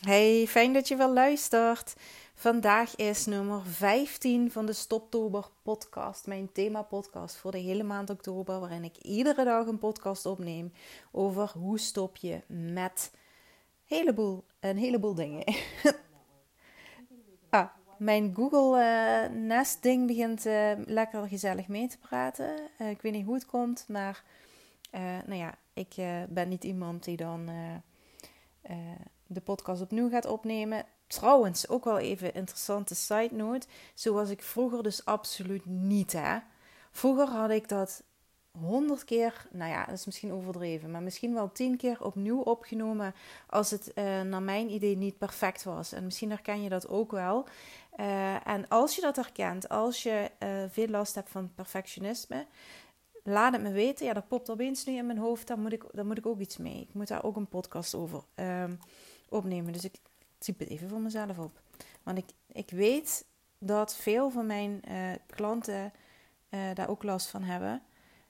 Hey, fijn dat je wel luistert. Vandaag is nummer 15 van de Stoptober podcast. Mijn thema podcast voor de hele maand oktober. Waarin ik iedere dag een podcast opneem over hoe stop je met een heleboel dingen. Mijn Google Nest ding begint lekker gezellig mee te praten. Ik weet niet hoe het komt, maar ik ben niet iemand die dan de podcast opnieuw gaat opnemen. Trouwens, ook wel even interessante side note. Zo was ik vroeger dus absoluut niet, hè. Vroeger had ik dat 100 keer, dat is misschien overdreven, maar misschien wel 10 keer opnieuw opgenomen als het naar mijn idee niet perfect was. En misschien herken je dat ook wel. En als je dat herkent, als je veel last hebt van perfectionisme, laat het me weten. Ja, dat popt opeens nu in mijn hoofd, daar moet ik ook iets mee. Ik moet daar ook een podcast over opnemen. Dus ik typ het even voor mezelf op. Want ik weet dat veel van mijn klanten daar ook last van hebben.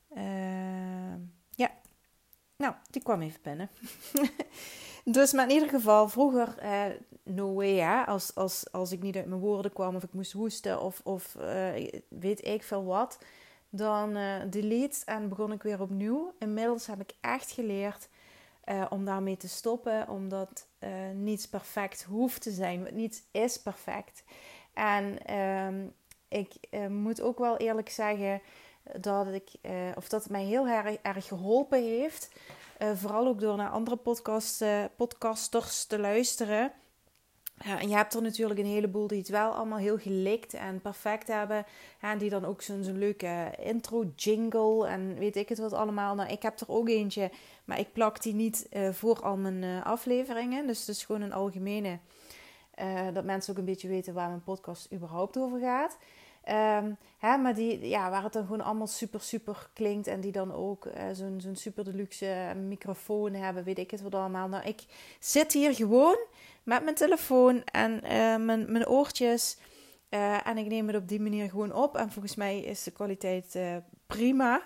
Die kwam even binnen. Dus, maar in ieder geval, vroeger, no way, hè. Als ik niet uit mijn woorden kwam of ik moest hoesten of weet ik veel wat, dan delete en begon ik weer opnieuw. Inmiddels heb ik echt geleerd om daarmee te stoppen, omdat niets perfect hoeft te zijn. Niets is perfect. En ik moet ook wel eerlijk zeggen dat het mij heel erg geholpen heeft. Vooral ook door naar andere podcasters te luisteren. Ja, en je hebt er natuurlijk een heleboel die het wel allemaal heel gelikt en perfect hebben. En die dan ook zo'n leuke intro jingle en weet ik het wat allemaal. Nou, ik heb er ook eentje, maar ik plak die niet voor al mijn afleveringen. Dus het is gewoon een algemene, dat mensen ook een beetje weten waar mijn podcast überhaupt over gaat. Maar waar het dan gewoon allemaal super klinkt. En die dan ook zo'n super deluxe microfoon hebben, weet ik het wat allemaal. Nou, ik zit hier gewoon met mijn telefoon en mijn oortjes. En ik neem het op die manier gewoon op. En volgens mij is de kwaliteit prima.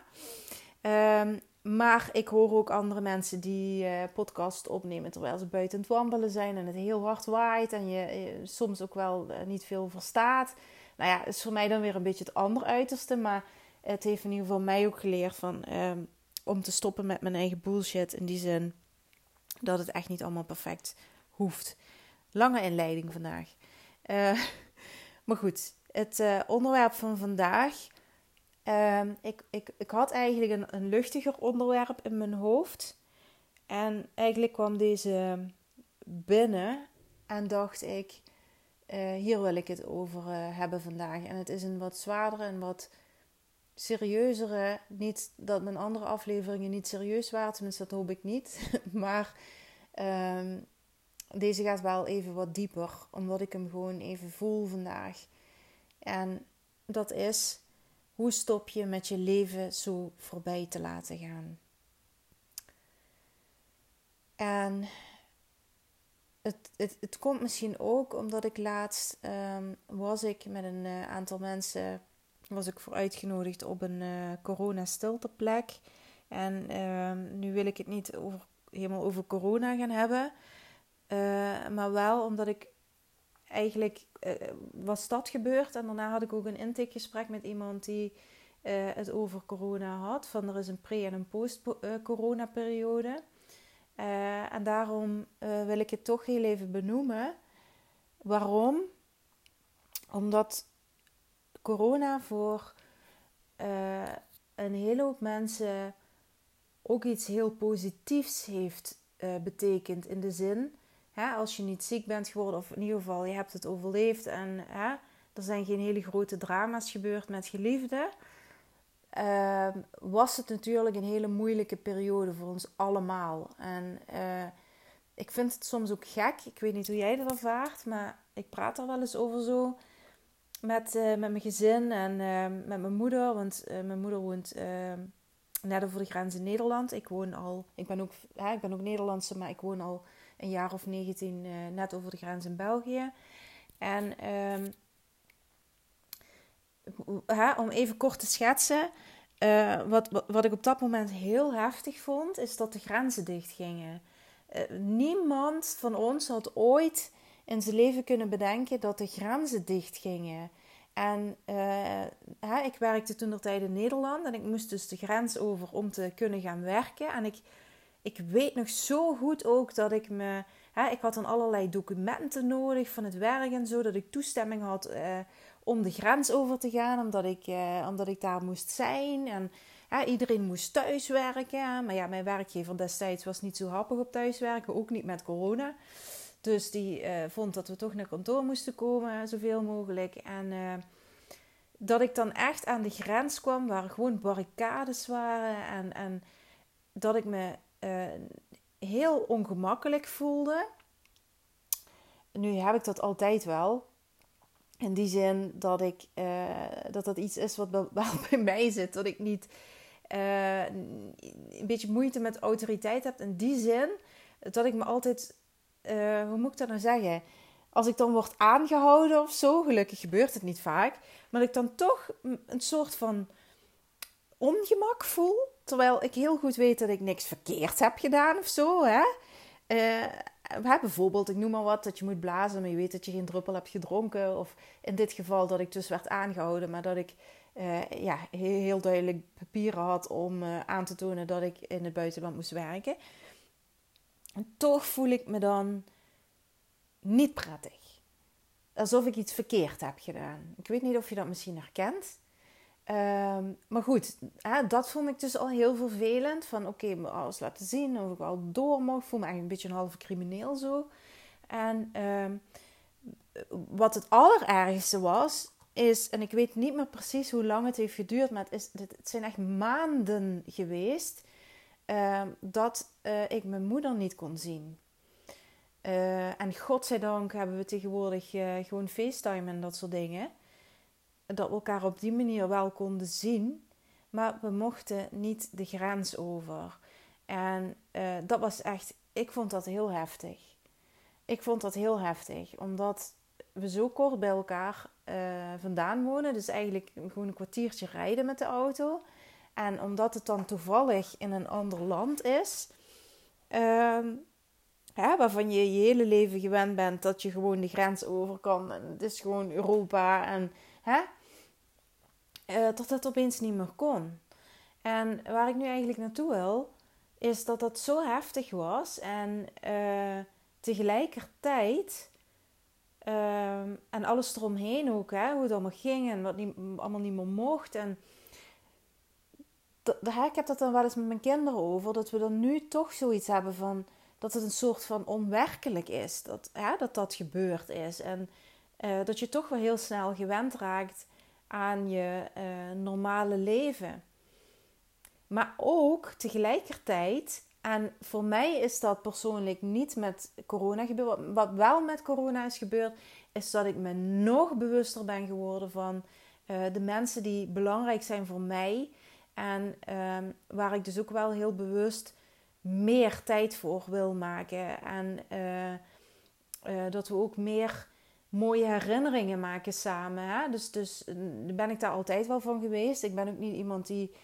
Maar ik hoor ook andere mensen die podcast opnemen terwijl ze buiten het wandelen zijn en het heel hard waait en je soms ook wel niet veel verstaat. Nou ja, is voor mij dan weer een beetje het andere uiterste, maar het heeft in ieder geval mij ook geleerd om te stoppen met mijn eigen bullshit, in die zin dat het echt niet allemaal perfect hoeft. Lange inleiding vandaag. Maar goed, het onderwerp van vandaag. Ik had eigenlijk een luchtiger onderwerp in mijn hoofd. En eigenlijk kwam deze binnen en dacht ik, hier wil ik het over hebben vandaag. En het is een wat zwaardere en wat serieuzere. Niet dat mijn andere afleveringen niet serieus waren, tenminste dat hoop ik niet. Maar deze gaat wel even wat dieper, omdat ik hem gewoon even voel vandaag. En dat is: hoe stop je met je leven zo voorbij te laten gaan? En het komt misschien ook omdat ik laatst was ik met een aantal mensen voor uitgenodigd op een corona-stilteplek. En nu wil ik het niet helemaal over corona gaan hebben. Maar wel omdat ik eigenlijk was dat gebeurd. En daarna had ik ook een intakegesprek met iemand die het over corona had. Van er is een pre- en een post-corona periode. En daarom wil ik het toch heel even benoemen. Waarom? Omdat corona voor een hele hoop mensen ook iets heel positiefs heeft betekend. In de zin, als je niet ziek bent geworden, of in ieder geval je hebt het overleefd en er zijn geen hele grote drama's gebeurd met geliefden, was het natuurlijk een hele moeilijke periode voor ons allemaal. En ik vind het soms ook gek. Ik weet niet hoe jij dat ervaart, maar ik praat er wel eens over zo met mijn gezin en met mijn moeder. Want mijn moeder woont net over de grens in Nederland. Ik ben ook Nederlandse, maar ik woon al een jaar of 19 net over de grens in België. En om even kort te schetsen, wat ik op dat moment heel heftig vond, is dat de grenzen dicht gingen. niemand van ons had ooit in zijn leven kunnen bedenken dat de grenzen dicht gingen. En ik werkte toen in Nederland en ik moest dus de grens over om te kunnen gaan werken. En ik weet nog zo goed ook dat ik ik had dan allerlei documenten nodig van het werk en zo, dat ik toestemming had om de grens over te gaan, omdat ik daar moest zijn. En iedereen moest thuiswerken. Maar ja, mijn werkgever destijds was niet zo happig op thuiswerken, ook niet met corona. Dus die vond dat we toch naar kantoor moesten komen, zoveel mogelijk. En dat ik dan echt aan de grens kwam, waar gewoon barricades waren. En dat ik me heel ongemakkelijk voelde. Nu heb ik dat altijd wel. In die zin dat dat iets is wat wel bij mij zit. Dat ik niet een beetje moeite met autoriteit heb. In die zin dat ik me altijd... hoe moet ik dat nou zeggen? Als ik dan word aangehouden of zo, gelukkig gebeurt het niet vaak, maar dat ik dan toch een soort van ongemak voel. Terwijl ik heel goed weet dat ik niks verkeerd heb gedaan of zo. Hè? Bijvoorbeeld, ik noem maar wat, dat je moet blazen, maar je weet dat je geen druppel hebt gedronken. Of in dit geval dat ik dus werd aangehouden, maar dat ik heel duidelijk papieren had om aan te tonen dat ik in het buitenland moest werken. En toch voel ik me dan niet prettig. Alsof ik iets verkeerd heb gedaan. Ik weet niet of je dat misschien herkent. Maar goed, dat vond ik dus al heel vervelend. Van oké, me alles laten zien, of ik wel door mag. Ik voel me eigenlijk een beetje een halve crimineel zo. En wat het allerergste was, is... En ik weet niet meer precies hoe lang het heeft geduurd, maar het zijn echt maanden geweest... dat ik mijn moeder niet kon zien. En godzijdank hebben we tegenwoordig gewoon FaceTime en dat soort dingen. Dat we elkaar op die manier wel konden zien. Maar we mochten niet de grens over. En dat was echt... Ik vond dat heel heftig. Ik vond dat heel heftig. Omdat we zo kort bij elkaar vandaan wonen. Dus eigenlijk gewoon een kwartiertje rijden met de auto. En omdat het dan toevallig in een ander land is... waarvan je je hele leven gewend bent dat je gewoon de grens over kan. En het is gewoon Europa. En dat dat opeens niet meer kon. En waar ik nu eigenlijk naartoe wil... is dat dat zo heftig was. En tegelijkertijd... en alles eromheen ook. Hoe het allemaal ging. En wat allemaal niet meer mocht. En... ik heb dat dan wel eens met mijn kinderen over. Dat we dan nu toch zoiets hebben van... dat het een soort van onwerkelijk is. Dat gebeurd is. En dat je toch wel heel snel gewend raakt aan je normale leven. Maar ook tegelijkertijd... en voor mij is dat persoonlijk niet met corona gebeurd. Wat wel met corona is gebeurd... is dat ik me nog bewuster ben geworden van... de mensen die belangrijk zijn voor mij... En waar ik dus ook wel heel bewust meer tijd voor wil maken. En dat we ook meer mooie herinneringen maken samen. Hè? Dus ben ik daar altijd wel van geweest. Ik ben ook niet iemand die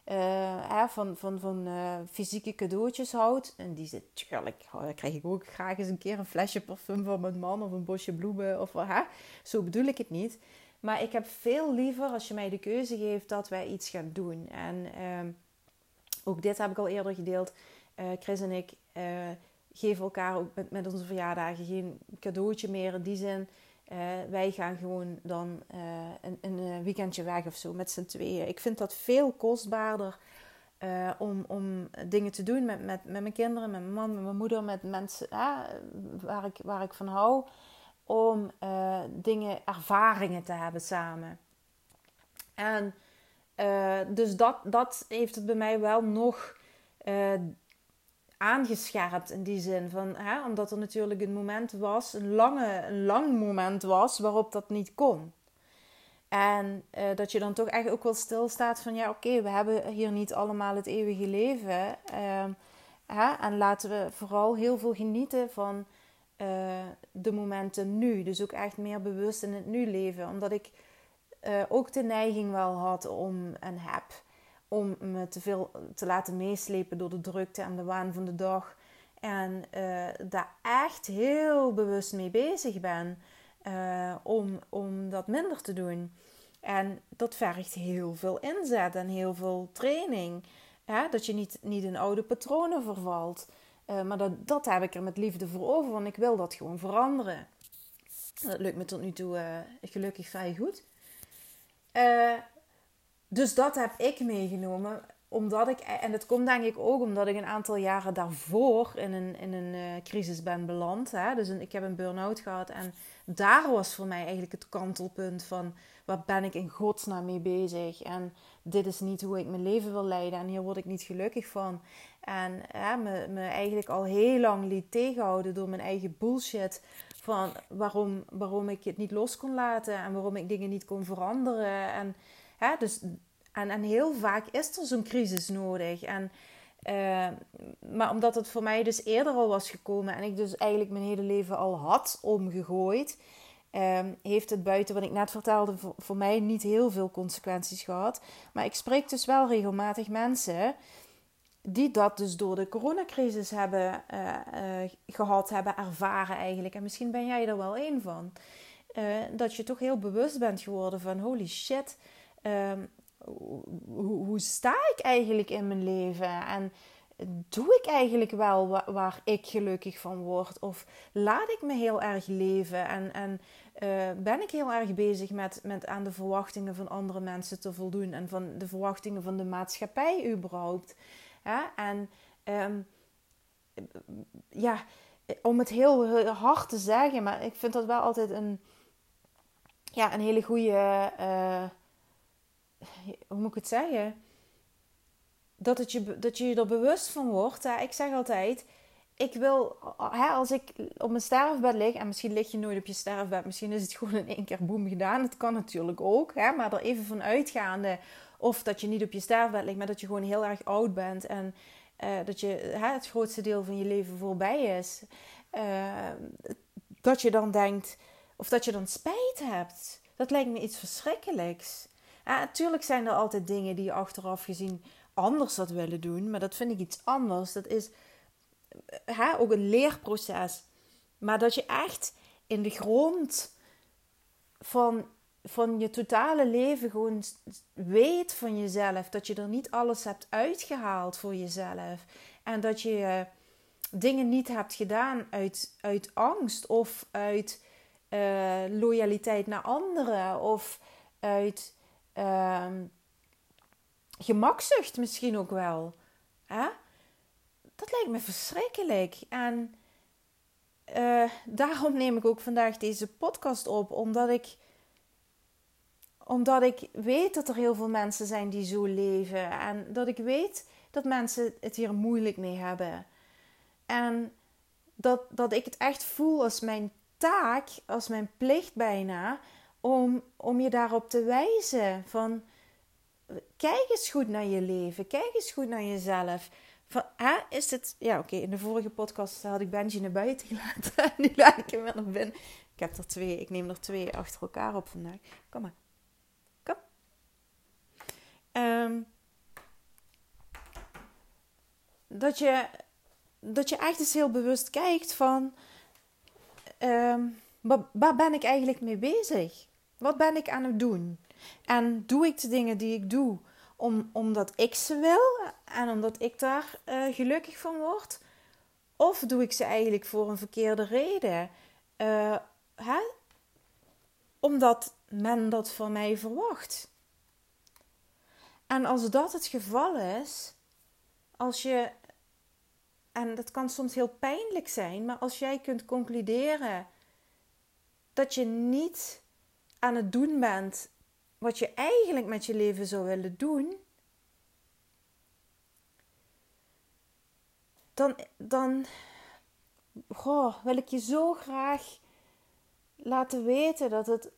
van fysieke cadeautjes houdt. En die zit, tuurlijk, krijg ik ook graag eens een keer een flesje parfum van mijn man. Of een bosje bloemen. Of, zo bedoel ik het niet. Maar ik heb veel liever als je mij de keuze geeft dat wij iets gaan doen. En ook dit heb ik al eerder gedeeld. Chris en ik geven elkaar ook met onze verjaardagen geen cadeautje meer in die zin. Wij gaan gewoon dan een weekendje weg of zo met z'n tweeën. Ik vind dat veel kostbaarder om dingen te doen met mijn kinderen, met mijn man, met mijn moeder, met mensen waar ik van hou. Om ervaringen te hebben samen. En dus dat heeft het bij mij wel nog aangescherpt in die zin. Van, omdat er natuurlijk een moment was, een lang moment was waarop dat niet kon. En dat je dan toch echt ook wel stilstaat van... ja, oké, we hebben hier niet allemaal het eeuwige leven. En laten we vooral heel veel genieten van... de momenten nu. Dus ook echt meer bewust in het nu leven. Omdat ik ook de neiging wel had en heb... om me te veel te laten meeslepen door de drukte en de waan van de dag. En daar echt heel bewust mee bezig ben om dat minder te doen. En dat vergt heel veel inzet en heel veel training. Dat je niet in oude patronen vervalt. Maar dat heb ik er met liefde voor over, want ik wil dat gewoon veranderen. Dat lukt me tot nu toe gelukkig vrij goed. Dus dat heb ik meegenomen. En dat komt denk ik ook omdat ik een aantal jaren daarvoor in een crisis ben beland. Hè? Dus ik heb een burn-out gehad. En daar was voor mij eigenlijk het kantelpunt van... waar ben ik in godsnaam mee bezig? En dit is niet hoe ik mijn leven wil leiden. En hier word ik niet gelukkig van. En me eigenlijk al heel lang liet tegenhouden door mijn eigen bullshit. Van waarom ik het niet los kon laten. En waarom ik dingen niet kon veranderen. En heel vaak is er zo'n crisis nodig. Maar omdat het voor mij dus eerder al was gekomen... en ik dus eigenlijk mijn hele leven al had omgegooid... heeft het buiten wat ik net vertelde voor mij niet heel veel consequenties gehad. Maar ik spreek dus wel regelmatig mensen... die dat dus door de coronacrisis hebben hebben ervaren eigenlijk. En misschien ben jij er wel één van. Dat je toch heel bewust bent geworden van... holy shit... Hoe sta ik eigenlijk in mijn leven? En doe ik eigenlijk wel waar ik gelukkig van word? Of laat ik me heel erg leven? En ben ik heel erg bezig met aan de verwachtingen van andere mensen te voldoen? En van de verwachtingen van de maatschappij überhaupt? Ja, en om het heel hard te zeggen... maar ik vind dat wel altijd een hele goede... hoe moet ik het zeggen? Dat je er bewust van wordt. Ik zeg altijd... ik wil... als ik op mijn sterfbed lig... en misschien lig je nooit op je sterfbed... misschien is het gewoon in één keer boem gedaan. Het kan natuurlijk ook. Maar er even van uitgaande... of dat je niet op je sterfbed ligt... maar dat je gewoon heel erg oud bent... en dat je het grootste deel van je leven voorbij is... dat je dan denkt... of dat je dan spijt hebt... dat lijkt me iets verschrikkelijks... natuurlijk zijn er altijd dingen die je achteraf gezien anders had willen doen. Maar dat vind ik iets anders. Dat is ook een leerproces. Maar dat je echt in de grond van je totale leven gewoon weet van jezelf. Dat je er niet alles hebt uitgehaald voor jezelf. En dat je dingen niet hebt gedaan uit angst. Of uit loyaliteit naar anderen. Of uit... gemakzucht misschien ook wel. Dat lijkt me verschrikkelijk. En daarom neem ik ook vandaag deze podcast op. Omdat ik weet dat er heel veel mensen zijn die zo leven. En dat ik weet dat mensen het hier moeilijk mee hebben. En dat ik het echt voel als mijn taak, als mijn plicht bijna... om je daarop te wijzen van... kijk eens goed naar je leven. Kijk eens goed naar jezelf. Van, is het... Ja, oké. In de vorige podcast had ik Benji naar buiten gelaten. Nu laat ik hem weer naar binnen. Ik heb er 2. Ik neem er 2 achter elkaar op vandaag. Kom maar. Kom. Dat je echt eens heel bewust kijkt van... waar ben ik eigenlijk mee bezig? Wat ben ik aan het doen? En doe ik de dingen die ik doe omdat ik ze wil en omdat ik daar gelukkig van word? Of doe ik ze eigenlijk voor een verkeerde reden? Omdat men dat van mij verwacht. En als dat het geval is, en dat kan soms heel pijnlijk zijn, maar als jij kunt concluderen dat je niet aan het doen bent wat je eigenlijk met je leven zou willen doen, dan wil ik je zo graag laten weten dat het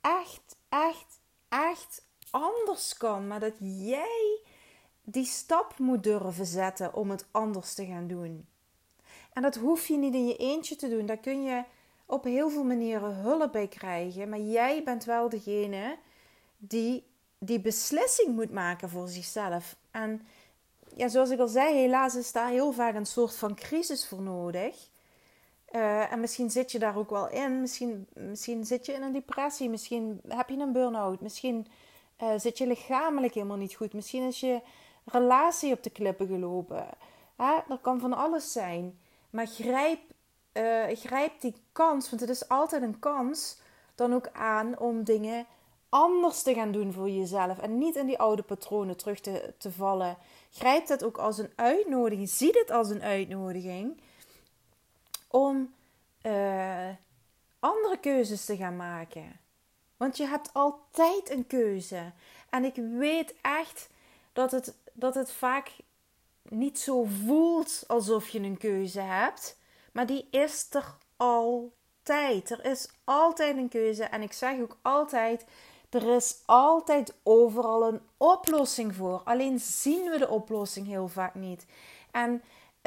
echt anders kan. Maar dat jij die stap moet durven zetten om het anders te gaan doen. En dat hoef je niet in je eentje te doen. Daar kun je op heel veel manieren hulp bij krijgen. Maar jij bent wel degene die beslissing moet maken voor zichzelf. En zoals ik al zei, helaas is daar heel vaak een soort van crisis voor nodig. En misschien zit je daar ook wel in. Misschien zit je in een depressie. Misschien heb je een burn-out. Misschien zit je lichamelijk helemaal niet goed. Misschien is je relatie op de klippen gelopen. Dat kan van alles zijn. Maar grijp die kans, want het is altijd een kans, dan ook aan om dingen anders te gaan doen voor jezelf. En niet in die oude patronen terug te vallen. Grijp het ook als een uitnodiging. Zie dit als een uitnodiging om andere keuzes te gaan maken. Want je hebt altijd een keuze. En ik weet echt dat het vaak niet zo voelt alsof je een keuze hebt. Maar die is er altijd. Er is altijd een keuze. En ik zeg ook altijd, er is altijd overal een oplossing voor. Alleen zien we de oplossing heel vaak niet. En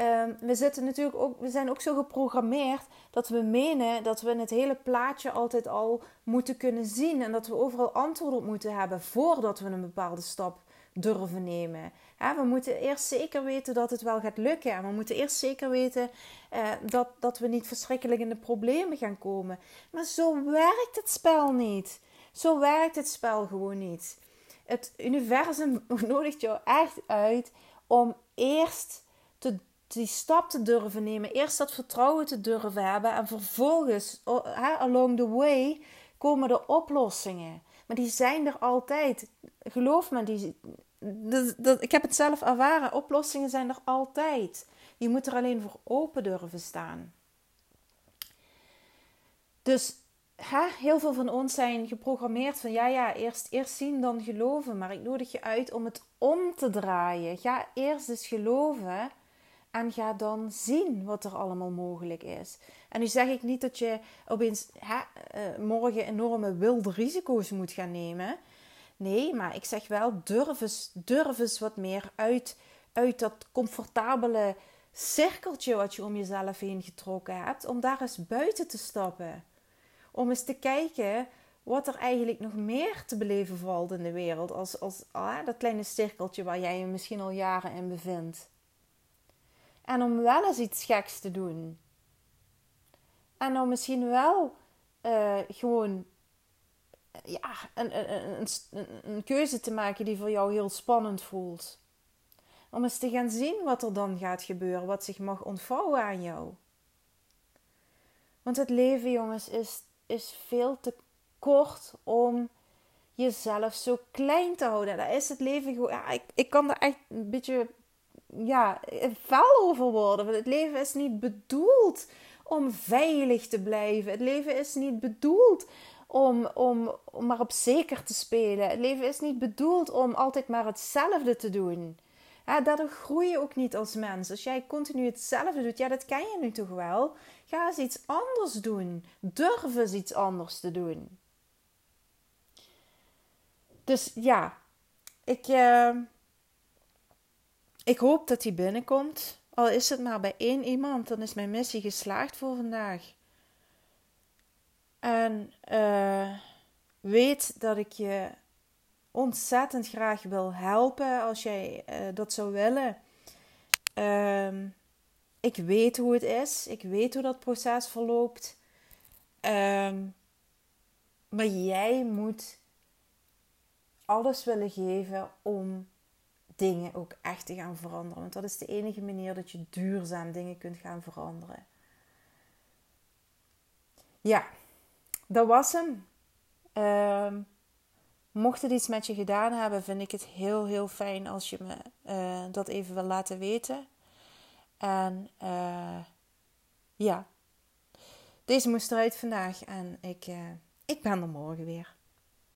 we zijn ook zo geprogrammeerd dat we menen dat we het hele plaatje altijd al moeten kunnen zien. En dat we overal antwoord op moeten hebben voordat we een bepaalde stap durven nemen. We moeten eerst zeker weten dat het wel gaat lukken. En we moeten eerst zeker weten dat we niet verschrikkelijk in de problemen gaan komen. Maar zo werkt het spel niet. Zo werkt het spel gewoon niet. Het universum nodigt jou echt uit om eerst die stap te durven nemen. Eerst dat vertrouwen te durven hebben. En vervolgens, along the way, komen de oplossingen. Maar die zijn er altijd. Geloof me, ik heb het zelf ervaren. Oplossingen zijn er altijd. Je moet er alleen voor open durven staan. Dus heel veel van ons zijn geprogrammeerd van eerst zien dan geloven. Maar ik nodig je uit om het om te draaien. Ga eerst eens geloven en ga dan zien wat er allemaal mogelijk is. En nu zeg ik niet dat je opeens morgen enorme wilde risico's moet gaan nemen. Nee, maar ik zeg wel, durf eens wat meer uit dat comfortabele cirkeltje wat je om jezelf heen getrokken hebt. Om daar eens buiten te stappen. Om eens te kijken wat er eigenlijk nog meer te beleven valt in de wereld. Als dat kleine cirkeltje waar jij je misschien al jaren in bevindt. En om wel eens iets geks te doen. En om misschien wel gewoon een keuze te maken die voor jou heel spannend voelt. Om eens te gaan zien wat er dan gaat gebeuren. Wat zich mag ontvouwen aan jou. Want het leven, jongens, is veel te kort om jezelf zo klein te houden. Daar is het leven gewoon... ik kan er echt een beetje fel over worden. Want het leven is niet bedoeld om veilig te blijven. Het leven is niet bedoeld om maar op zeker te spelen. Het leven is niet bedoeld om altijd maar hetzelfde te doen. Daardoor groei je ook niet als mens. Als jij continu hetzelfde doet, dat ken je nu toch wel. Ga eens iets anders doen. Durf eens iets anders te doen. Dus ik hoop dat hij binnenkomt. Al is het maar bij 1 iemand, dan is mijn missie geslaagd voor vandaag. En weet dat ik je ontzettend graag wil helpen als jij dat zou willen. Ik weet hoe het is. Ik weet hoe dat proces verloopt. Maar jij moet alles willen geven om dingen ook echt te gaan veranderen. Want dat is de enige manier dat je duurzaam dingen kunt gaan veranderen. Ja, dat was hem. Mocht het iets met je gedaan hebben, vind ik het heel, heel fijn als je me dat even wil laten weten. En deze moest eruit vandaag. En ik ben er morgen weer.